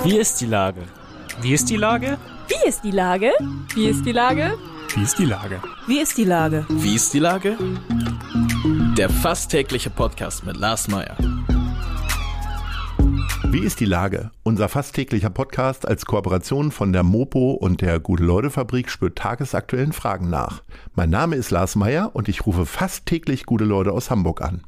Wie ist die Lage? Wie ist die Lage? Wie ist die Lage? Wie ist die Lage? Wie ist die Lage? Wie ist die Lage? Wie ist die Lage? Der fast tägliche Podcast mit Lars Meyer. Wie ist die Lage? Unser fast täglicher Podcast als Kooperation von der Mopo und der Gute-Leute-Fabrik spürt tagesaktuellen Fragen nach. Mein Name ist Lars Meyer und ich rufe fast täglich gute Leute aus Hamburg an.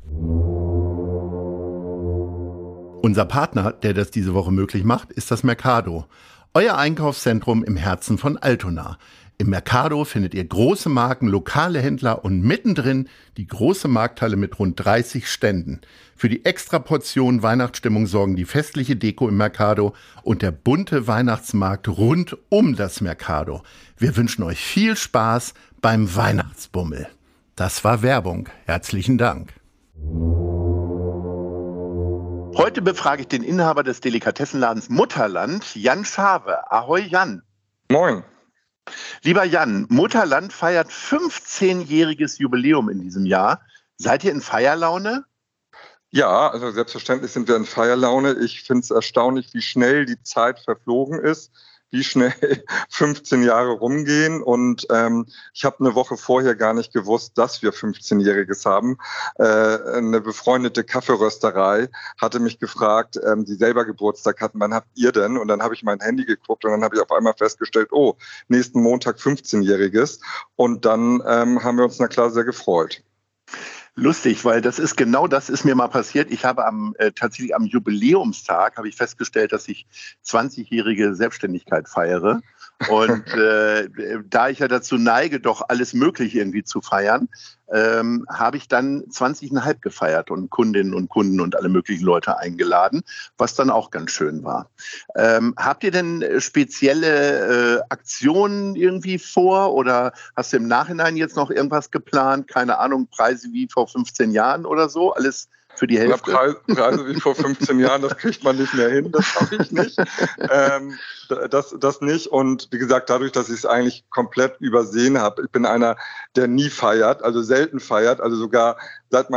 Unser Partner, der das diese Woche möglich macht, ist das Mercado. Euer Einkaufszentrum im Herzen von Altona. Im Mercado findet ihr große Marken, lokale Händler und mittendrin die große Markthalle mit rund 30 Ständen. Für die Extraportion Weihnachtsstimmung sorgen die festliche Deko im Mercado und der bunte Weihnachtsmarkt rund um das Mercado. Wir wünschen euch viel Spaß beim Weihnachtsbummel. Das war Werbung. Herzlichen Dank. Heute befrage ich den Inhaber des Delikatessenladens Mutterland, Jan Schawe. Ahoi Jan. Moin. Lieber Jan, Mutterland feiert 15-jähriges Jubiläum in diesem Jahr. Seid ihr in Feierlaune? Ja, also selbstverständlich sind wir in Feierlaune. Ich finde es erstaunlich, wie schnell die Zeit verflogen ist, wie schnell 15 Jahre rumgehen. Und ich habe eine Woche vorher gar nicht gewusst, dass wir 15-Jähriges haben. Eine befreundete Kaffeerösterei hatte mich gefragt, die selber Geburtstag hatten, wann habt ihr denn? Und dann habe ich mein Handy geguckt und dann habe ich auf einmal festgestellt, oh, nächsten Montag 15-Jähriges. Und dann haben wir uns na klar sehr gefreut. Lustig, weil das ist mir mal passiert. Ich habe tatsächlich am Jubiläumstag habe ich festgestellt, dass ich 20-jährige Selbstständigkeit feiere. Und da ich ja dazu neige, doch alles Mögliche irgendwie zu feiern, habe ich dann 20,5 gefeiert und Kundinnen und Kunden und alle möglichen Leute eingeladen, was dann auch ganz schön war. Habt ihr denn spezielle Aktionen irgendwie vor oder hast du im Nachhinein jetzt noch irgendwas geplant? Keine Ahnung, Preise wie vor 15 Jahren oder so? Alles für die Hälfte? Preise wie vor 15 Jahren, das kriegt man nicht mehr hin, das schaffe ich nicht. Das nicht. Und wie gesagt, dadurch, dass ich es eigentlich komplett übersehen habe, ich bin einer, der nie feiert, also selten feiert, also sogar seit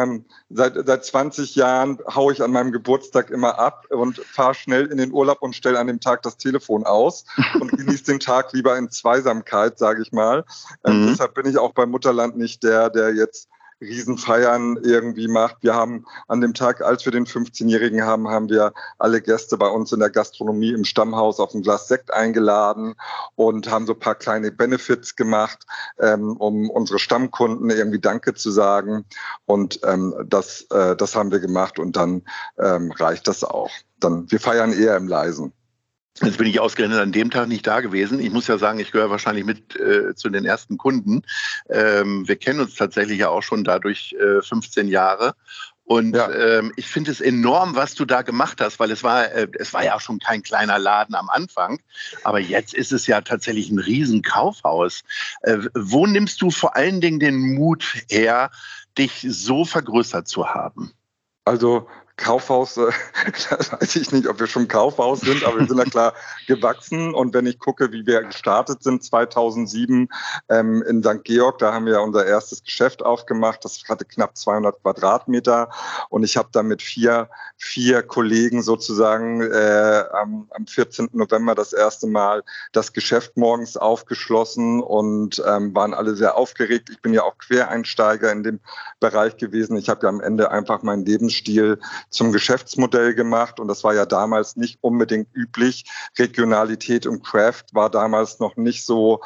20 Jahren haue ich an meinem Geburtstag immer ab und fahre schnell in den Urlaub und stelle an dem Tag das Telefon aus und genieße den Tag lieber in Zweisamkeit, sage ich mal. Deshalb bin ich auch beim Mutterland nicht der jetzt Riesenfeiern irgendwie macht. Wir haben an dem Tag, als wir den 15-Jährigen haben wir alle Gäste bei uns in der Gastronomie im Stammhaus auf ein Glas Sekt eingeladen und haben so ein paar kleine Benefits gemacht, um unsere Stammkunden irgendwie Danke zu sagen. Und das haben wir gemacht und dann reicht das auch. Wir feiern eher im Leisen. Jetzt bin ich ausgerechnet an dem Tag nicht da gewesen. Ich muss ja sagen, ich gehöre wahrscheinlich mit zu den ersten Kunden. Wir kennen uns tatsächlich ja auch schon dadurch 15 Jahre. Und ja. Ich finde es enorm, was du da gemacht hast, weil es war ja auch schon kein kleiner Laden am Anfang. Aber jetzt ist es ja tatsächlich ein Riesen-Kaufhaus. Wo nimmst du vor allen Dingen den Mut her, dich so vergrößert zu haben? Also Kaufhaus, das weiß ich nicht, ob wir schon Kaufhaus sind, aber wir sind ja klar gewachsen. Und wenn ich gucke, wie wir gestartet sind 2007 in St. Georg, da haben wir unser erstes Geschäft aufgemacht. Das hatte knapp 200 Quadratmeter. Und ich habe dann mit vier Kollegen sozusagen am 14. November das erste Mal das Geschäft morgens aufgeschlossen und waren alle sehr aufgeregt. Ich bin ja auch Quereinsteiger in dem Bereich gewesen. Ich habe ja am Ende einfach meinen Lebensstil zum Geschäftsmodell gemacht und das war ja damals nicht unbedingt üblich. Regionalität und Craft war damals noch nicht so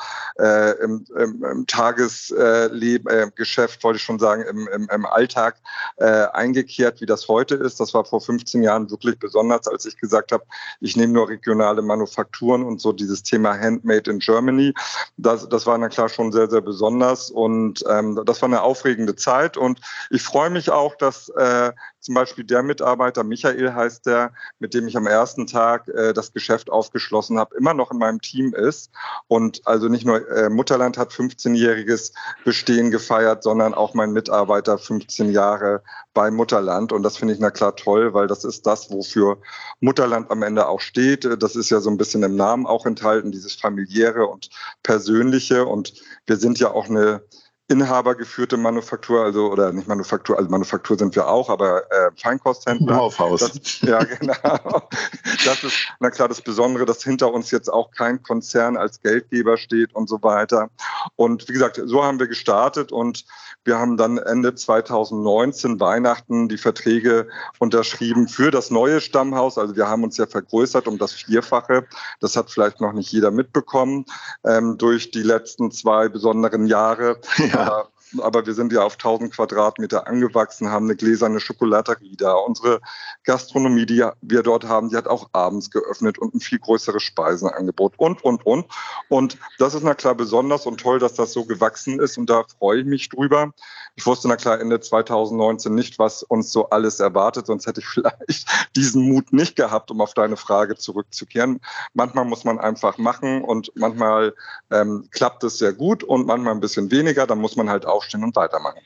im Tagesleben, Geschäft, wollte ich schon sagen, im Alltag eingekehrt, wie das heute ist. Das war vor 15 Jahren wirklich besonders, als ich gesagt habe, ich nehme nur regionale Manufakturen und so dieses Thema Handmade in Germany. Das war na klar schon sehr, sehr besonders und das war eine aufregende Zeit und ich freue mich auch, dass zum Beispiel der Mitarbeiter, Michael heißt der, mit dem ich am ersten Tag das Geschäft aufgeschlossen habe, immer noch in meinem Team ist. Und also nicht nur Mutterland hat 15-jähriges Bestehen gefeiert, sondern auch mein Mitarbeiter 15 Jahre bei Mutterland. Und das finde ich na klar toll, weil das ist das, wofür Mutterland am Ende auch steht. Das ist ja so ein bisschen im Namen auch enthalten, dieses familiäre und persönliche. Und wir sind ja auch eine inhabergeführte Manufaktur, also oder nicht Manufaktur, also Manufaktur sind wir auch, aber Feinkosthändler. Kaufhaus. Ja, genau. Das ist, na klar, das Besondere, dass hinter uns jetzt auch kein Konzern als Geldgeber steht und so weiter. Und wie gesagt, so haben wir gestartet und wir haben dann Ende 2019 Weihnachten die Verträge unterschrieben für das neue Stammhaus. Also wir haben uns ja vergrößert um das Vierfache. Das hat vielleicht noch nicht jeder mitbekommen durch die letzten 2 besonderen Jahre. Ja. Aber wir sind ja auf 1000 Quadratmeter angewachsen, haben eine gläserne Schokolaterie da. Unsere Gastronomie, die wir dort haben, die hat auch abends geöffnet und ein viel größeres Speisenangebot und. Und das ist na klar besonders und toll, dass das so gewachsen ist und da freue ich mich drüber. Ich wusste na klar Ende 2019 nicht, was uns so alles erwartet, sonst hätte ich vielleicht diesen Mut nicht gehabt, um auf deine Frage zurückzukehren. Manchmal muss man einfach machen und manchmal klappt es sehr gut und manchmal ein bisschen weniger, dann muss man halt aufstehen und weitermachen.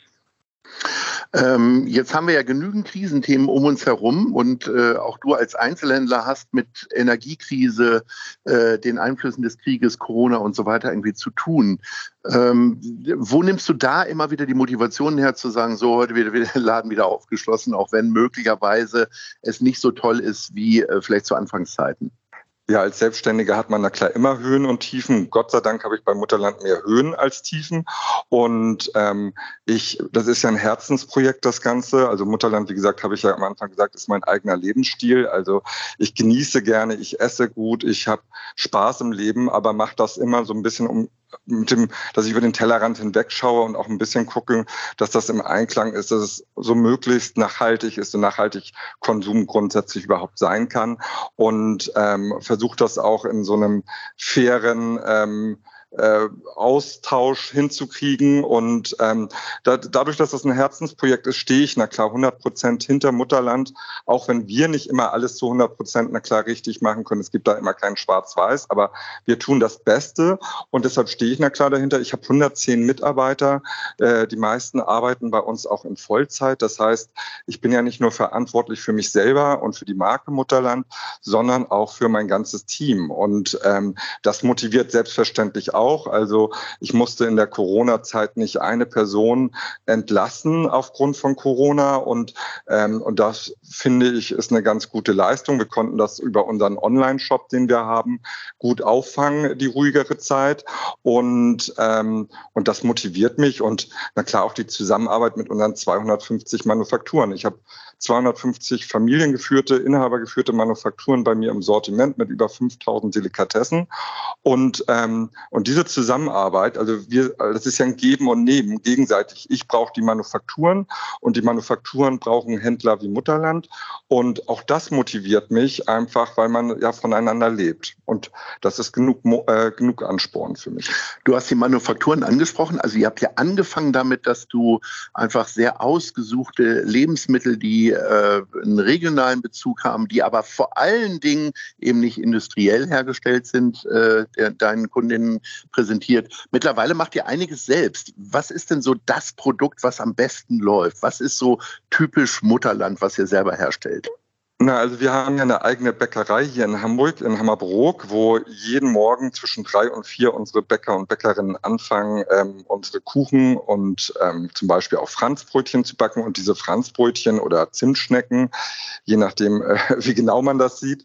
Jetzt haben wir ja genügend Krisenthemen um uns herum und auch du als Einzelhändler hast mit Energiekrise, den Einflüssen des Krieges, Corona und so weiter irgendwie zu tun. Wo nimmst du da immer wieder die Motivation her zu sagen, so heute wird der Laden wieder aufgeschlossen, auch wenn möglicherweise es nicht so toll ist wie vielleicht zu Anfangszeiten? Ja, als Selbstständiger hat man na klar immer Höhen und Tiefen. Gott sei Dank habe ich bei Mutterland mehr Höhen als Tiefen. Und das ist ja ein Herzensprojekt, das Ganze. Also Mutterland, wie gesagt, habe ich ja am Anfang gesagt, ist mein eigener Lebensstil. Also ich genieße gerne, ich esse gut, ich habe Spaß im Leben, aber mache das immer so ein bisschen dass ich über den Tellerrand hinwegschaue und auch ein bisschen gucke, dass das im Einklang ist, dass es so möglichst nachhaltig ist, so nachhaltig Konsum grundsätzlich überhaupt sein kann und versuche das auch in so einem fairen Austausch hinzukriegen und dadurch, dass das ein Herzensprojekt ist, stehe ich na klar 100% hinter Mutterland, auch wenn wir nicht immer alles zu 100% na klar richtig machen können. Es gibt da immer kein Schwarz-Weiß, aber wir tun das Beste und deshalb stehe ich na klar dahinter. Ich habe 110 Mitarbeiter, die meisten arbeiten bei uns auch in Vollzeit. Das heißt, ich bin ja nicht nur verantwortlich für mich selber und für die Marke Mutterland, sondern auch für mein ganzes Team und das motiviert selbstverständlich auch. Also ich musste in der Corona-Zeit nicht eine Person entlassen aufgrund von Corona und das finde ich ist eine ganz gute Leistung. Wir konnten das über unseren Online-Shop, den wir haben, gut auffangen, die ruhigere Zeit und das motiviert mich und na klar auch die Zusammenarbeit mit unseren 250 Manufakturen. Ich habe 250 familiengeführte, inhabergeführte Manufakturen bei mir im Sortiment mit über 5000 Delikatessen und diese Zusammenarbeit, also das ist ja ein Geben und Nehmen gegenseitig. Ich brauche die Manufakturen und die Manufakturen brauchen Händler wie Mutterland und auch das motiviert mich einfach, weil man ja voneinander lebt und das ist genug Ansporn für mich. Du hast die Manufakturen angesprochen, also ihr habt ja angefangen damit, dass du einfach sehr ausgesuchte Lebensmittel, die einen regionalen Bezug haben, die aber vor allen Dingen eben nicht industriell hergestellt sind, deinen Kundinnen präsentiert. Mittlerweile macht ihr einiges selbst. Was ist denn so das Produkt, was am besten läuft? Was ist so typisch Mutterland, was ihr selber herstellt? Na, also wir haben ja eine eigene Bäckerei hier in Hamburg, in Hammerbrook, wo jeden Morgen zwischen 3 und 4 unsere Bäcker und Bäckerinnen anfangen, unsere Kuchen und zum Beispiel auch Franzbrötchen zu backen. Und diese Franzbrötchen oder Zimtschnecken, je nachdem, wie genau man das sieht,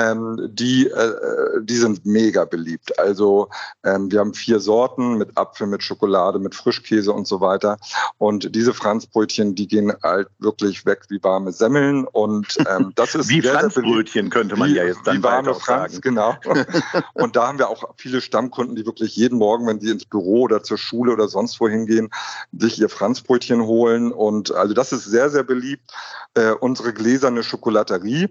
die sind mega beliebt. Also wir haben 4 Sorten mit Apfel, mit Schokolade, mit Frischkäse und so weiter. Und diese Franzbrötchen, die gehen halt wirklich weg wie warme Semmeln und das ist wie Franzbrötchen könnte man ja jetzt dann wie warme Franz, sagen. Genau. Und da haben wir auch viele Stammkunden, die wirklich jeden Morgen, wenn die ins Büro oder zur Schule oder sonst wohin gehen, sich ihr Franzbrötchen holen. Und also das ist sehr, sehr beliebt. Unsere gläserne Schokolaterie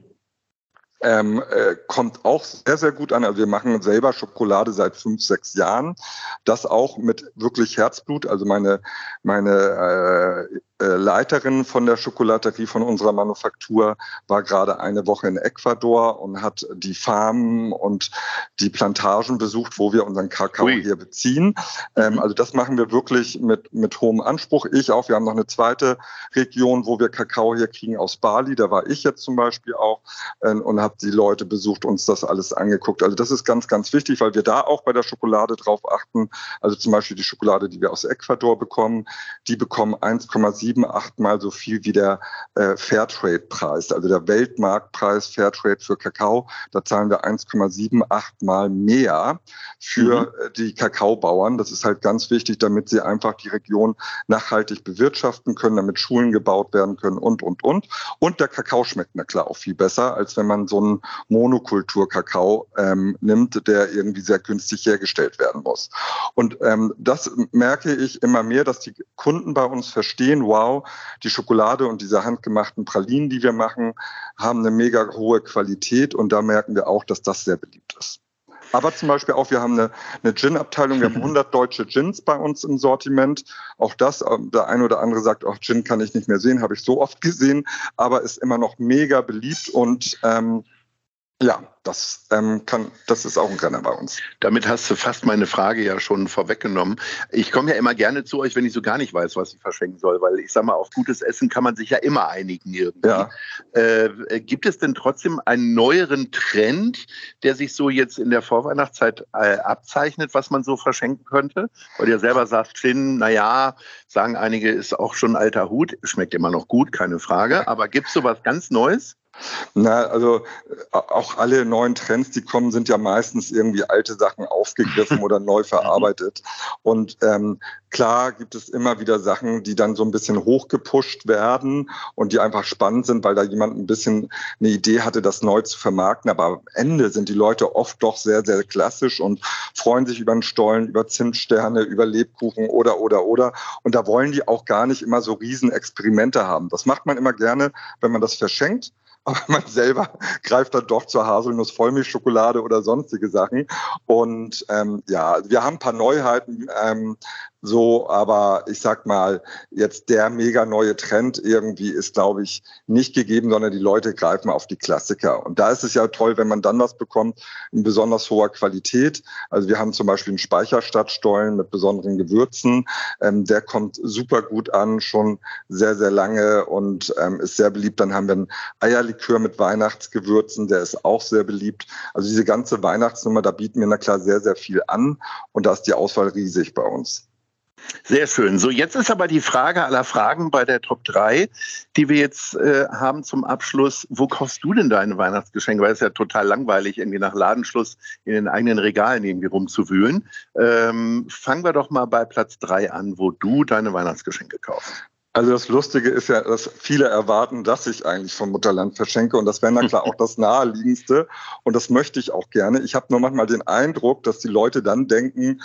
kommt auch sehr, sehr gut an. Also wir machen selber Schokolade seit 5, 6 Jahren. Das auch mit wirklich Herzblut. Also meine Leiterin von der Schokolaterie von unserer Manufaktur war gerade eine Woche in Ecuador und hat die Farmen und die Plantagen besucht, wo wir unseren Kakao hier beziehen. Also das machen wir wirklich mit hohem Anspruch. Ich auch. Wir haben noch eine zweite Region, wo wir Kakao hier kriegen aus Bali. Da war ich jetzt zum Beispiel auch und habe die Leute besucht, uns das alles angeguckt. Also das ist ganz, ganz wichtig, weil wir da auch bei der Schokolade drauf achten. Also zum Beispiel die Schokolade, die wir aus Ecuador bekommen, die bekommen 1,78 Mal so viel wie der Fairtrade-Preis, also der Weltmarktpreis Fairtrade für Kakao. Da zahlen wir 1,78 Mal mehr für die Kakaobauern. Das ist halt ganz wichtig, damit sie einfach die Region nachhaltig bewirtschaften können, damit Schulen gebaut werden können und. Und der Kakao schmeckt na klar auch viel besser, als wenn man so einen Monokultur-Kakao nimmt, der irgendwie sehr günstig hergestellt werden muss. Und das merke ich immer mehr, dass die Kunden bei uns verstehen, wow, die Schokolade und diese handgemachten Pralinen, die wir machen, haben eine mega hohe Qualität und da merken wir auch, dass das sehr beliebt ist. Aber zum Beispiel auch, wir haben eine Gin-Abteilung, wir haben 100 deutsche Gins bei uns im Sortiment. Auch das, der eine oder andere sagt, auch Gin kann ich nicht mehr sehen, habe ich so oft gesehen, aber ist immer noch mega beliebt und ja, das ist auch ein Renner bei uns. Damit hast du fast meine Frage ja schon vorweggenommen. Ich komme ja immer gerne zu euch, wenn ich so gar nicht weiß, was ich verschenken soll, weil ich sage mal, auf gutes Essen kann man sich ja immer einigen irgendwie. Ja. Gibt es denn trotzdem einen neueren Trend, der sich so jetzt in der Vorweihnachtszeit abzeichnet, was man so verschenken könnte? Weil ihr selber sagt, Gin, naja, sagen einige, ist auch schon alter Hut, schmeckt immer noch gut, keine Frage. Aber gibt es so was ganz Neues? Na, also auch alle neuen Trends, die kommen, sind ja meistens irgendwie alte Sachen aufgegriffen oder neu verarbeitet. Und klar gibt es immer wieder Sachen, die dann so ein bisschen hochgepusht werden und die einfach spannend sind, weil da jemand ein bisschen eine Idee hatte, das neu zu vermarkten. Aber am Ende sind die Leute oft doch sehr, sehr klassisch und freuen sich über einen Stollen, über Zimtsterne, über Lebkuchen oder. Und da wollen die auch gar nicht immer so Riesenexperimente haben. Das macht man immer gerne, wenn man das verschenkt. Aber man selber greift dann doch zur Haselnuss-Vollmilchschokolade oder sonstige Sachen. Und ja, wir haben ein paar Neuheiten, aber ich sag mal, jetzt der mega neue Trend irgendwie ist, glaube ich, nicht gegeben, sondern die Leute greifen auf die Klassiker. Und da ist es ja toll, wenn man dann was bekommt in besonders hoher Qualität. Also wir haben zum Beispiel einen Speicherstadtstollen mit besonderen Gewürzen. Der kommt super gut an, schon sehr, sehr lange und ist sehr beliebt. Dann haben wir einen Eierlikör mit Weihnachtsgewürzen, der ist auch sehr beliebt. Also diese ganze Weihnachtsnummer, da bieten wir na klar sehr, sehr viel an und da ist die Auswahl riesig bei uns. Sehr schön. So, jetzt ist aber die Frage aller Fragen bei der Top 3, die wir jetzt haben zum Abschluss. Wo kaufst du denn deine Weihnachtsgeschenke? Weil es ist ja total langweilig, irgendwie nach Ladenschluss in den eigenen Regalen irgendwie rumzuwühlen. Fangen wir doch mal bei Platz 3 an, wo du deine Weihnachtsgeschenke kaufst. Also das Lustige ist ja, dass viele erwarten, dass ich eigentlich vom Mutterland verschenke und das wäre na klar auch das Naheliegendste und das möchte ich auch gerne. Ich habe nur manchmal den Eindruck, dass die Leute dann denken,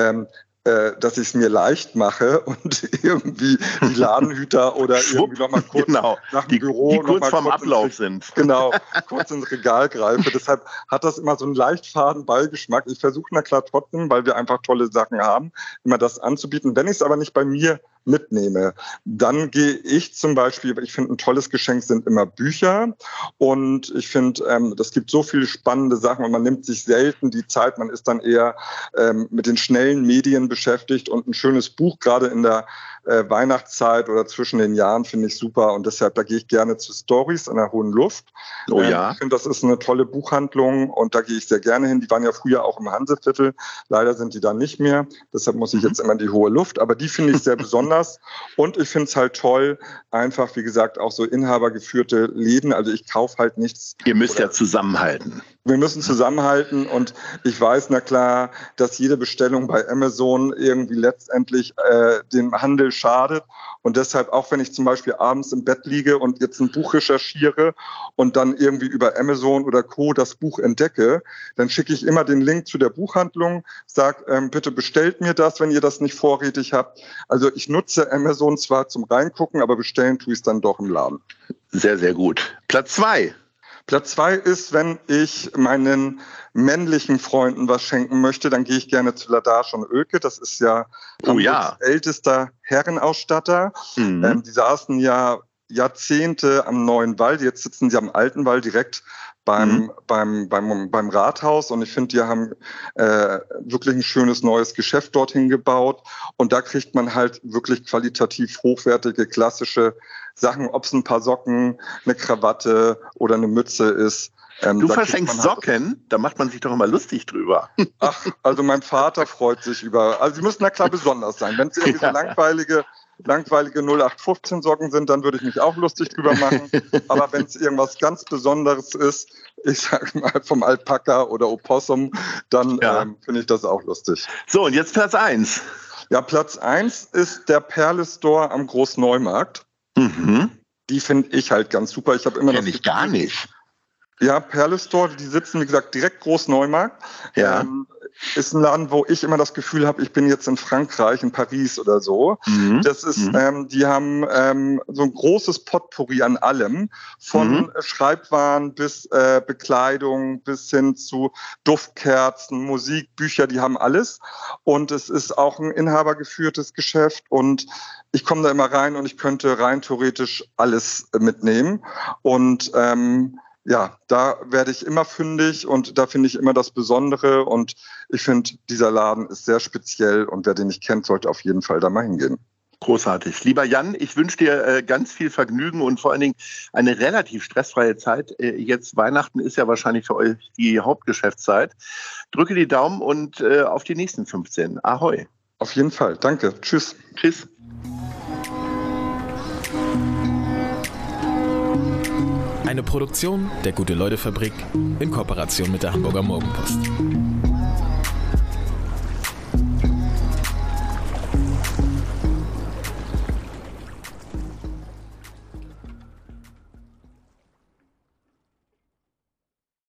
dass ich es mir leicht mache und irgendwie die Ladenhüter oder irgendwie nochmal kurz nach dem Büro die kurz vorm Ablauf sind. Genau, kurz ins Regal greife. Deshalb hat das immer so einen leicht faden Beigeschmack. Ich versuche na klar trotzdem, weil wir einfach tolle Sachen haben, immer das anzubieten. Wenn ich es aber nicht bei mir mitnehme, dann gehe ich zum Beispiel, ich finde ein tolles Geschenk sind immer Bücher und ich finde, das gibt so viele spannende Sachen und man nimmt sich selten die Zeit, man ist dann eher mit den schnellen Medien beschäftigt und ein schönes Buch, gerade in der Weihnachtszeit oder zwischen den Jahren finde ich super und deshalb, da gehe ich gerne zu Stories an der Hohen Luft. Oh ja. Ich finde, das ist eine tolle Buchhandlung und da gehe ich sehr gerne hin. Die waren ja früher auch im Hanseviertel, leider sind die da nicht mehr, deshalb muss ich jetzt immer in die Hohe Luft, aber die finde ich sehr besonders und ich finde es halt toll, einfach wie gesagt auch so inhabergeführte Läden, also ich kaufe halt nichts. Ihr müsst ja zusammenhalten. Wir müssen zusammenhalten und ich weiß, na klar, dass jede Bestellung bei Amazon irgendwie letztendlich dem Handel schadet und deshalb auch, wenn ich zum Beispiel abends im Bett liege und jetzt ein Buch recherchiere und dann irgendwie über Amazon oder Co. das Buch entdecke, dann schicke ich immer den Link zu der Buchhandlung, sage, bitte bestellt mir das, wenn ihr das nicht vorrätig habt. Also ich nutze Amazon zwar zum Reingucken, aber bestellen tue ich es dann doch im Laden. Sehr, sehr gut. Platz 2. Platz 2 ist, wenn ich meinen männlichen Freunden was schenken möchte, dann gehe ich gerne zu Ladasch und Oelke. Das ist ja Hamburgs ältester Herrenausstatter. Die saßen ja Jahrzehnte am Neuen Wall. Jetzt sitzen sie am Alten Wall direkt beim Rathaus. Und ich finde, die haben wirklich ein schönes neues Geschäft dorthin gebaut. Und da kriegt man halt wirklich qualitativ hochwertige, klassische Sachen, ob es ein paar Socken, eine Krawatte oder eine Mütze ist. Du verschenkst Socken? Da macht man sich doch immer lustig drüber. Ach, also mein Vater freut sich über... Also die müssen na klar besonders sein. Wenn es irgendwie so langweilige 0815 Socken sind, dann würde ich mich auch lustig drüber machen. Aber wenn es irgendwas ganz Besonderes ist, ich sage mal vom Alpaka oder Opossum, dann finde ich das auch lustig. So, und jetzt Platz 1. Ja, Platz 1 ist der Perle Store am Großneumarkt. Die finde ich halt ganz super. Ich habe immer Kenn ich gar nicht. Ja, Perle Store, die sitzen, wie gesagt, direkt Großneumarkt. Ja. Ist ein Laden, wo ich immer das Gefühl habe, ich bin jetzt in Frankreich, in Paris oder so. Das ist, die haben so ein großes Potpourri an allem, von Schreibwaren bis Bekleidung bis hin zu Duftkerzen, Musik, Bücher, die haben alles. Und es ist auch ein inhabergeführtes Geschäft und ich komme da immer rein und ich könnte rein theoretisch alles mitnehmen. Und ja, da werde ich immer fündig und da finde ich immer das Besondere und ich finde, dieser Laden ist sehr speziell und wer den nicht kennt, sollte auf jeden Fall da mal hingehen. Großartig. Lieber Jan, ich wünsche dir ganz viel Vergnügen und vor allen Dingen eine relativ stressfreie Zeit. Jetzt Weihnachten ist ja wahrscheinlich für euch die Hauptgeschäftszeit. Drücke die Daumen und auf die nächsten 15. Ahoi. Auf jeden Fall. Danke. Tschüss. Tschüss. Eine Produktion der Gute-Leute-Fabrik in Kooperation mit der Hamburger Morgenpost.